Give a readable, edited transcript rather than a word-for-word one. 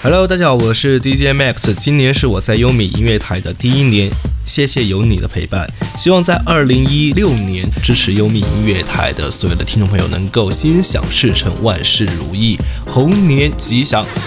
Hello， 大家好，我是 DJ Max， 今年是我在优米音乐台的第1年，谢谢有你的陪伴。希望在2016年支持优米音乐台的所有的听众朋友能够心想事成，万事如意，猴年吉祥。